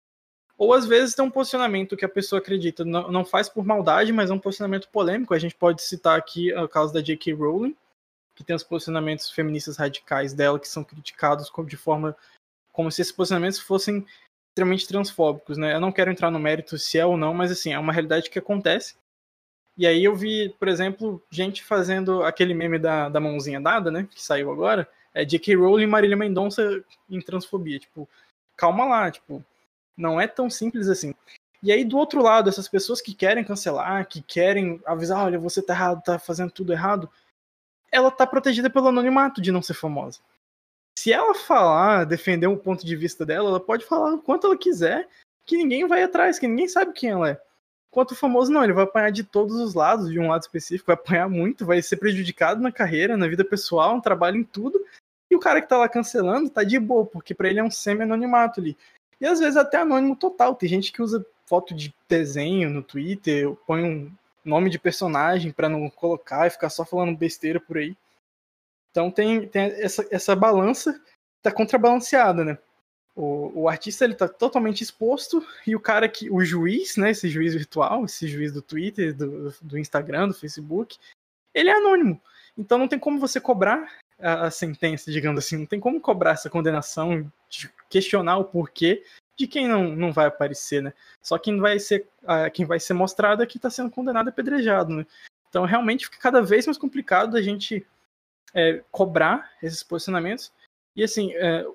Ou às vezes tem um posicionamento que a pessoa acredita, não, não faz por maldade, mas é um posicionamento polêmico. A gente pode citar aqui o caso da J K Rowling, que tem os posicionamentos feministas radicais dela, que são criticados de forma como se esses posicionamentos fossem extremamente transfóbicos, né? Eu não quero entrar no mérito se é ou não, mas assim, é uma realidade que acontece. E aí eu vi, por exemplo, gente fazendo aquele meme da, da mãozinha dada, né, que saiu agora, é J K Rowling e Marília Mendonça em transfobia, tipo, calma lá, tipo, não é tão simples assim. E aí do outro lado, essas pessoas que querem cancelar, que querem avisar, olha, você tá errado, tá fazendo tudo errado, ela tá protegida pelo anonimato de não ser famosa. Se ela falar, defender um ponto de vista dela, ela pode falar o quanto ela quiser, que ninguém vai atrás, que ninguém sabe quem ela é. Enquanto o famoso não, ele vai apanhar de todos os lados, de um lado específico, vai apanhar muito, vai ser prejudicado na carreira, na vida pessoal, no trabalho, em tudo. E o cara que tá lá cancelando tá de boa, porque pra ele é um semi-anonimato ali. E às vezes até anônimo total. Tem gente que usa foto de desenho no Twitter, põe um nome de personagem pra não colocar e ficar só falando besteira por aí. Então tem, tem essa, essa balança, tá contrabalanceada, né? O, o artista ele tá totalmente exposto e o cara que, o juiz, né, esse juiz virtual, esse juiz do Twitter, do, do Instagram, do Facebook, ele é anônimo. Então não tem como você cobrar a, a sentença, digamos assim, não tem como cobrar essa condenação, de questionar o porquê de quem não, não vai aparecer, né? Só quem vai ser, uh, quem vai ser mostrado é que está sendo condenado e apedrejado, né? Então realmente fica cada vez mais complicado a gente é, cobrar esses posicionamentos. E assim, é,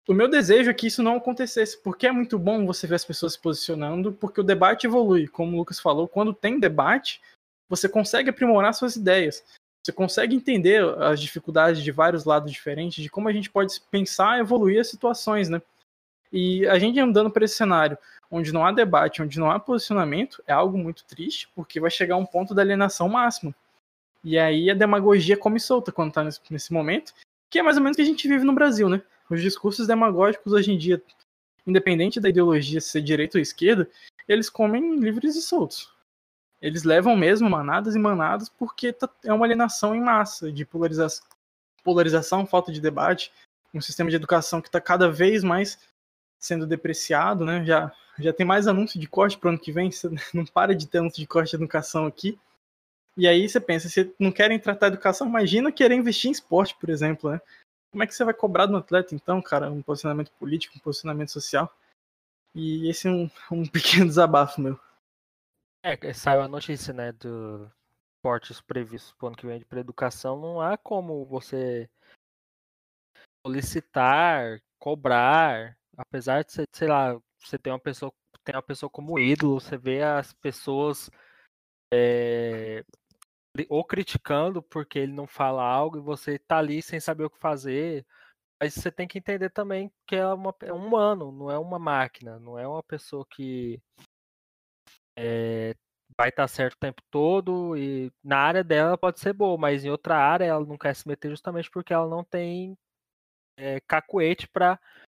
o meu desejo é que isso não acontecesse, porque é muito bom você ver as pessoas se posicionando, porque o debate evolui. Como o Lucas falou, quando tem debate, você consegue aprimorar suas ideias. Você consegue entender as dificuldades de vários lados diferentes, de como a gente pode pensar e evoluir as situações, né? E a gente andando para esse cenário onde não há debate, onde não há posicionamento, é algo muito triste, porque vai chegar um ponto da alienação máxima. E aí a demagogia come solta quando está nesse, nesse momento, que é mais ou menos o que a gente vive no Brasil, né? Os discursos demagógicos hoje em dia, independente da ideologia ser direita ou esquerda, eles comem livres e soltos. Eles levam mesmo manadas e manadas porque é uma alienação em massa, de polarização, polarização, falta de debate, um sistema de educação que está cada vez mais sendo depreciado, né? Já, já tem mais anúncio de corte para o ano que vem, você não para de ter anúncio de corte de educação aqui. E aí você pensa, se não querem tratar a educação, imagina querer investir em esporte, por exemplo, né? Como é que você vai cobrar do atleta, então, cara, um posicionamento político, um posicionamento social? E esse é um, um pequeno desabafo meu. É, saiu a notícia, né, do cortes previstos para o ano que vem para educação. Não há como você solicitar, cobrar, apesar de você, sei lá, você ter uma pessoa, tem uma pessoa como ídolo, você vê as pessoas é, ou criticando porque ele não fala algo e você tá ali sem saber o que fazer. Mas você tem que entender também que é, uma, é um humano, não é uma máquina, não é uma pessoa que é, vai estar certo o tempo todo e na área dela pode ser boa, mas em outra área ela não quer se meter justamente porque ela não tem é, cacuete para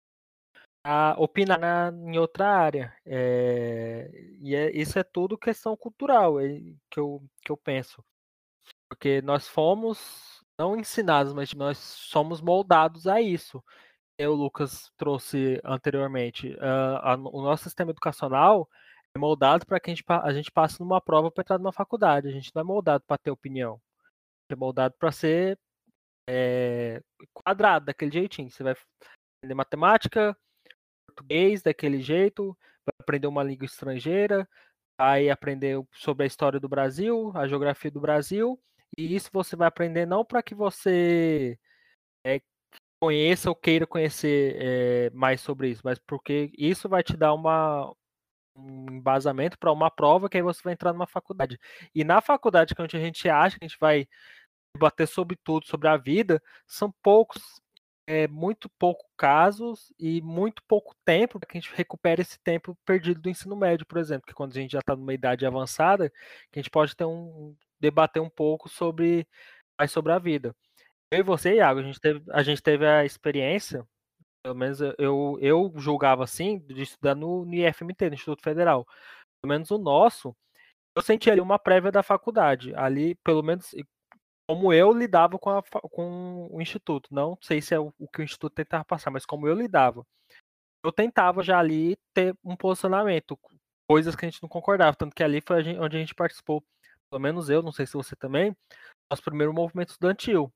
opinar na, em outra área. É, e é, isso é tudo questão cultural é, que, eu, que eu penso. Porque nós fomos, não ensinados, mas nós somos moldados a isso. O Lucas trouxe anteriormente, uh, a, o nosso sistema educacional é moldado para que a gente, a gente passe numa prova para entrar numa faculdade. A gente não é moldado para ter opinião. É moldado para ser é, quadrado, daquele jeitinho. Você vai aprender matemática, português daquele jeito, vai aprender uma língua estrangeira, vai aprender sobre a história do Brasil, a geografia do Brasil, e isso você vai aprender não para que você é, conheça ou queira conhecer é, mais sobre isso, mas porque isso vai te dar uma, um embasamento para uma prova que aí você vai entrar numa faculdade. E na faculdade, que é onde a gente acha que a gente vai debater sobre tudo, sobre a vida, são poucos, é, muito pouco casos e muito pouco tempo para que a gente recupere esse tempo perdido do ensino médio, por exemplo, que quando a gente já está numa idade avançada, que a gente pode ter um, debater um pouco sobre, mais sobre a vida. Eu e você, Iago, a gente teve a, gente teve a experiência, pelo menos eu, eu julgava assim, de estudar no, no I F M T, no Instituto Federal. Pelo menos o nosso, eu senti ali uma prévia da faculdade. Ali, pelo menos, como eu lidava com, a, com o Instituto. Não sei se é o, o que o Instituto tentava passar, mas como eu lidava. Eu tentava já ali ter um posicionamento, coisas que a gente não concordava. Tanto que ali foi a gente, onde a gente participou, pelo menos eu, não sei se você também, nosso primeiro movimento estudantil.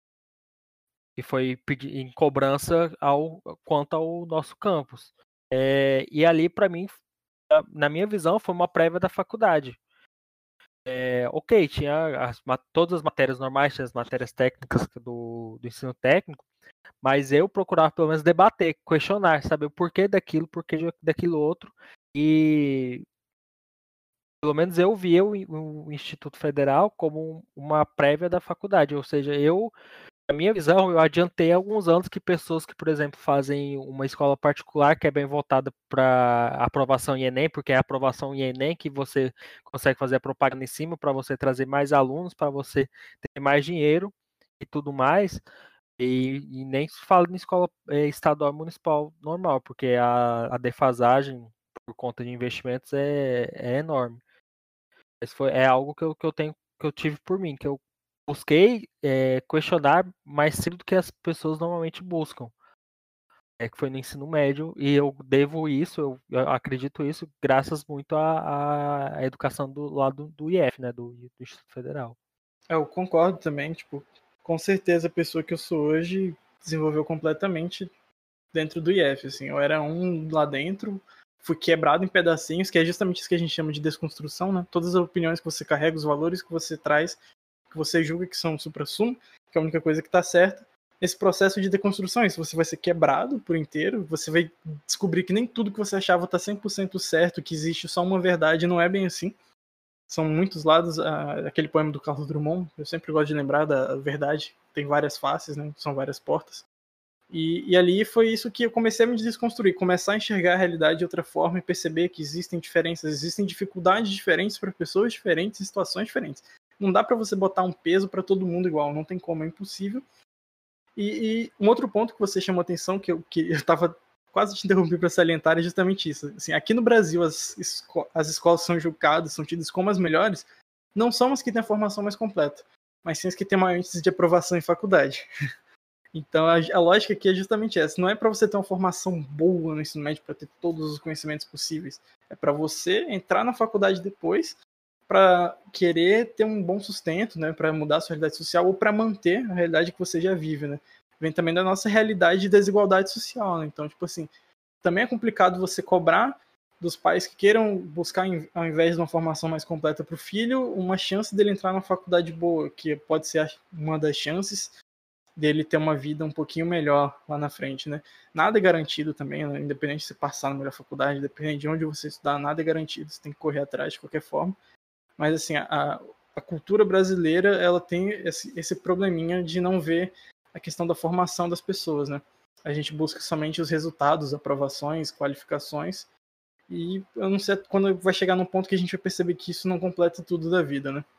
E foi pedir, em cobrança ao, quanto ao nosso campus. É, e ali, para mim, na minha visão, foi uma prévia da faculdade. É, ok, tinha as, todas as matérias normais, tinha as matérias técnicas do, do ensino técnico, mas eu procurava pelo menos debater, questionar, saber o porquê daquilo, porquê daquilo outro, e pelo menos eu via o, o Instituto Federal como uma prévia da faculdade, ou seja, eu na minha visão, eu adiantei alguns anos que pessoas que, por exemplo, fazem uma escola particular que é bem voltada para aprovação em Enem, porque é a aprovação em Enem que você consegue fazer a propaganda em cima para você trazer mais alunos, para você ter mais dinheiro e tudo mais. E, e nem se fala em escola é, estadual e municipal normal, porque a, a defasagem por conta de investimentos é, é enorme. Isso foi, é algo que eu, que eu tenho, que eu tive por mim, que eu busquei é, questionar mais cedo do que as pessoas normalmente buscam. É que foi no ensino médio, e eu devo isso, eu, eu acredito isso, graças muito à, à educação do lado do I F, né, do, do Instituto Federal. Eu concordo também, tipo, com certeza a pessoa que eu sou hoje desenvolveu completamente dentro do I F, assim, eu era um lá dentro, fui quebrado em pedacinhos, que é justamente isso que a gente chama de desconstrução, né, todas as opiniões que você carrega, os valores que você traz, que você julga que são o supra-sumo, que é a única coisa que está certa, esse processo de deconstrução. Isso, você vai ser quebrado por inteiro, você vai descobrir que nem tudo que você achava está cem por cento certo, que existe só uma verdade, não é bem assim. São muitos lados, uh, aquele poema do Carlos Drummond, eu sempre gosto de lembrar da verdade, tem várias faces, né? São várias portas. E, e ali foi isso que eu comecei a me desconstruir, começar a enxergar a realidade de outra forma e perceber que existem diferenças, existem dificuldades diferentes para pessoas diferentes e situações diferentes. Não dá para você botar um peso para todo mundo igual, não tem como, é impossível. E, e um outro ponto que você chamou atenção, que eu que eu estava quase te interrompi para salientar, é justamente isso. Assim, aqui no Brasil, as, esco- as escolas são julgadas, são tidas como as melhores, não são as que têm a formação mais completa, mas sim as que têm maior índice de aprovação em faculdade. Então, a, a lógica aqui é justamente essa. Não é para você ter uma formação boa no ensino médio, para ter todos os conhecimentos possíveis. É para você entrar na faculdade depois, para querer ter um bom sustento, né, para mudar a sua realidade social ou para manter a realidade que você já vive, né? Vem também da nossa realidade de desigualdade social, né? Então, tipo assim, também é complicado você cobrar dos pais que queiram buscar, ao invés de uma formação mais completa para o filho, uma chance dele entrar na faculdade boa, que pode ser uma das chances dele ter uma vida um pouquinho melhor lá na frente, né? Nada é garantido também, né? Independente de você passar na melhor faculdade, independente de onde você estudar, nada é garantido, você tem que correr atrás de qualquer forma. Mas, assim, a, a cultura brasileira, ela tem esse, esse probleminha de não ver a questão da formação das pessoas, né? A gente busca somente os resultados, aprovações, qualificações, e eu não sei quando vai chegar num ponto que a gente vai perceber que isso não completa tudo da vida, né?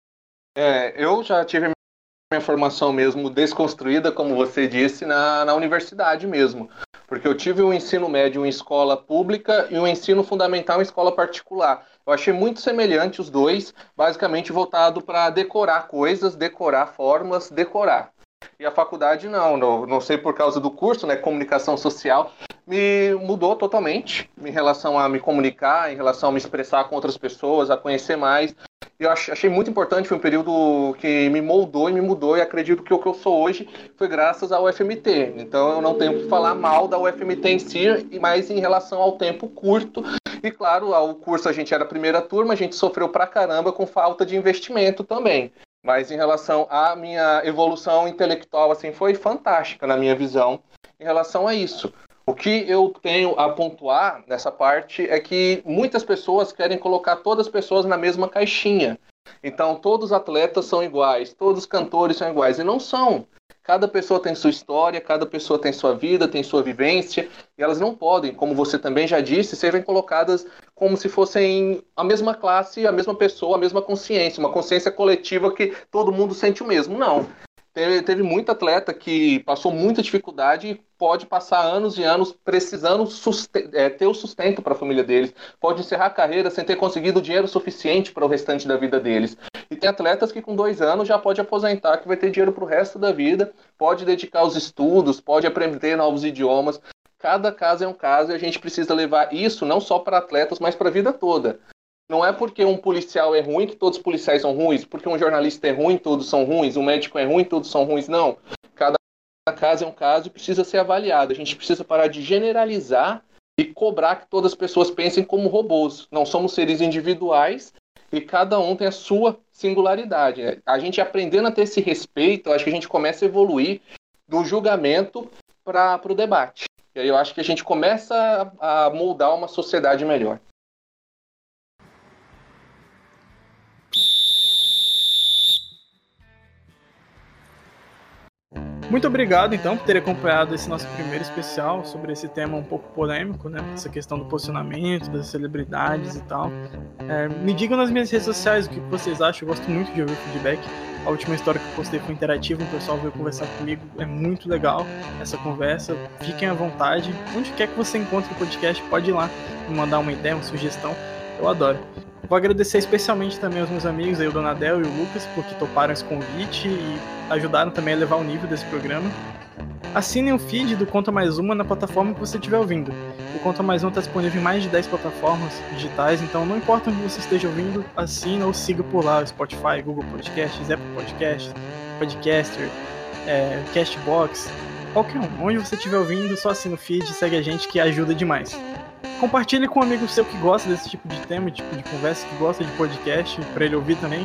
É, eu já tive minha formação mesmo desconstruída, como você disse, na, na universidade mesmo. Porque eu tive um ensino médio em escola pública e um ensino fundamental em escola particular. Eu achei muito semelhante os dois, basicamente voltado para decorar coisas, decorar fórmulas, decorar. E a faculdade não, não, não sei por causa do curso, né, comunicação social, me mudou totalmente em relação a me comunicar, em relação a me expressar com outras pessoas, a conhecer mais. Eu achei muito importante, foi um período que me moldou e me mudou, e acredito que o que eu sou hoje foi graças ao U F M T. Então eu não tenho que falar mal da U F M T em si, mas em relação ao tempo curto. E claro, o curso a gente era a primeira turma, a gente sofreu pra caramba com falta de investimento também. Mas em relação à minha evolução intelectual, assim, foi fantástica na minha visão em relação a isso. O que eu tenho a pontuar nessa parte é que muitas pessoas querem colocar todas as pessoas na mesma caixinha. Então, todos os atletas são iguais, todos os cantores são iguais. E não são. Cada pessoa tem sua história, cada pessoa tem sua vida, tem sua vivência. E elas não podem, como você também já disse, serem colocadas como se fossem a mesma classe, a mesma pessoa, a mesma consciência. Uma consciência coletiva que todo mundo sente o mesmo. Não. Teve, teve muito atleta que passou muita dificuldade e pode passar anos e anos precisando susten- é, ter o sustento para a família deles. Pode encerrar a carreira sem ter conseguido dinheiro suficiente para o restante da vida deles. E tem atletas que com dois anos já pode aposentar, que vai ter dinheiro para o resto da vida, pode dedicar aos estudos, pode aprender novos idiomas. Cada caso é um caso e a gente precisa levar isso não só para atletas, mas para a vida toda. Não é porque um policial é ruim que todos os policiais são ruins, porque um jornalista é ruim, todos são ruins, um médico é ruim, todos são ruins, não. Cada caso é um caso e precisa ser avaliado. A gente precisa parar de generalizar e cobrar que todas as pessoas pensem como robôs. Não somos seres individuais e cada um tem a sua singularidade. A gente aprendendo a ter esse respeito, eu acho que a gente começa a evoluir do julgamento para o debate. E aí eu acho que a gente começa a moldar uma sociedade melhor. Muito obrigado, então, por ter acompanhado esse nosso primeiro especial sobre esse tema um pouco polêmico, né? Essa questão do posicionamento, das celebridades e tal. É, me digam nas minhas redes sociais o que vocês acham, eu gosto muito de ouvir feedback. A última história que eu postei foi interativa, o pessoal veio conversar comigo, é muito legal essa conversa. Fiquem à vontade, onde quer que você encontre o podcast, pode ir lá me mandar uma ideia, uma sugestão, eu adoro. Vou agradecer especialmente também aos meus amigos, aí, o Donadel e o Lucas, porque toparam esse convite e ajudaram também a elevar o nível desse programa. Assinem o feed do Conta Mais Uma na plataforma que você estiver ouvindo. O Conta Mais Uma está disponível em mais de dez plataformas digitais, então não importa onde você esteja ouvindo, assina ou siga por lá, Spotify, Google Podcasts, Apple Podcasts, Podcaster, é, Castbox, qualquer um. Onde você estiver ouvindo, só assina o feed e segue a gente que ajuda demais. Compartilhe com um amigo seu que gosta desse tipo de tema, tipo de conversa, que gosta de podcast, para ele ouvir também.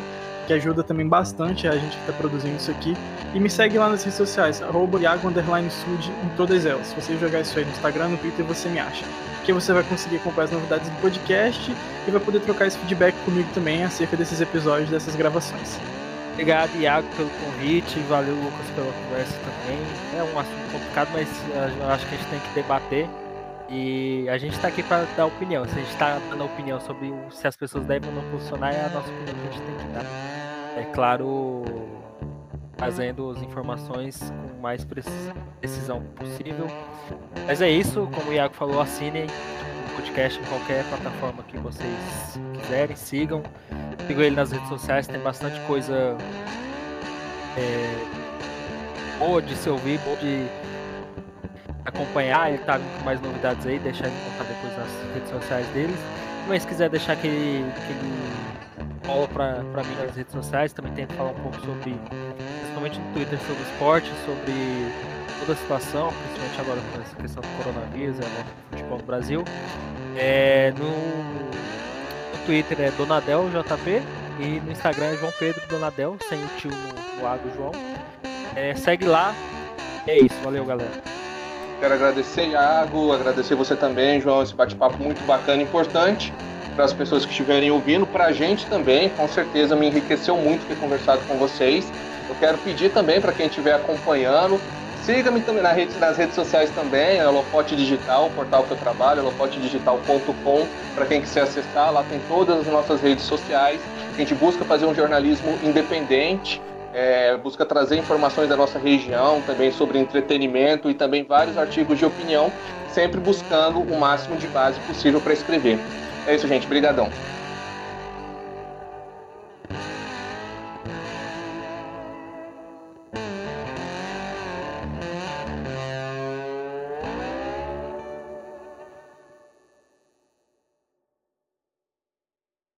que ajuda também bastante a gente que está produzindo isso aqui. E me segue lá nas redes sociais, arroba Iago underline Sud em todas elas. Se você jogar isso aí no Instagram, no Twitter, você me acha. Porque você vai conseguir acompanhar as novidades do podcast e vai poder trocar esse feedback comigo também acerca desses episódios, dessas gravações. Obrigado, Iago, pelo convite. Valeu, Lucas, pela conversa também. É um assunto complicado, mas eu acho que a gente tem que debater. E a gente está aqui para dar opinião. Se a gente está dando opinião sobre o, se as pessoas devem ou não posicionar, é a nossa opinião que a gente tem que dar. É claro, trazendo as informações com mais precisão possível. Mas é isso, como o Iago falou, assinem o podcast em qualquer plataforma que vocês quiserem, sigam. Sigam ele nas redes sociais, tem bastante coisa é, boa de se ouvir, boa de acompanhar. Ele tá vindo com mais novidades aí, deixar ele contar depois nas redes sociais deles. Mas se quiser deixar aquele, aquele follow pra, pra mim nas redes sociais, também tem que falar um pouco sobre, principalmente no Twitter, sobre esporte, sobre toda a situação, principalmente agora com essa questão do coronavírus, é, no futebol no Brasil. É, no, no Twitter é Donadel J P e no Instagram é João Pedro Donadel, sem o tio no, no A do João. É, segue lá. É isso, valeu, galera. Quero agradecer, Iago, agradecer você também, João, esse bate-papo muito bacana e importante para as pessoas que estiverem ouvindo, para a gente também, com certeza me enriqueceu muito ter conversado com vocês. Eu quero pedir também para quem estiver acompanhando, siga-me também nas redes, nas redes sociais também, é Holofote Digital, o portal que eu trabalho, holofote digital ponto com, para quem quiser acessar, lá tem todas as nossas redes sociais. A gente busca fazer um jornalismo independente, É, busca trazer informações da nossa região, também sobre entretenimento e também vários artigos de opinião, sempre buscando o máximo de base possível para escrever. É isso, gente. Brigadão.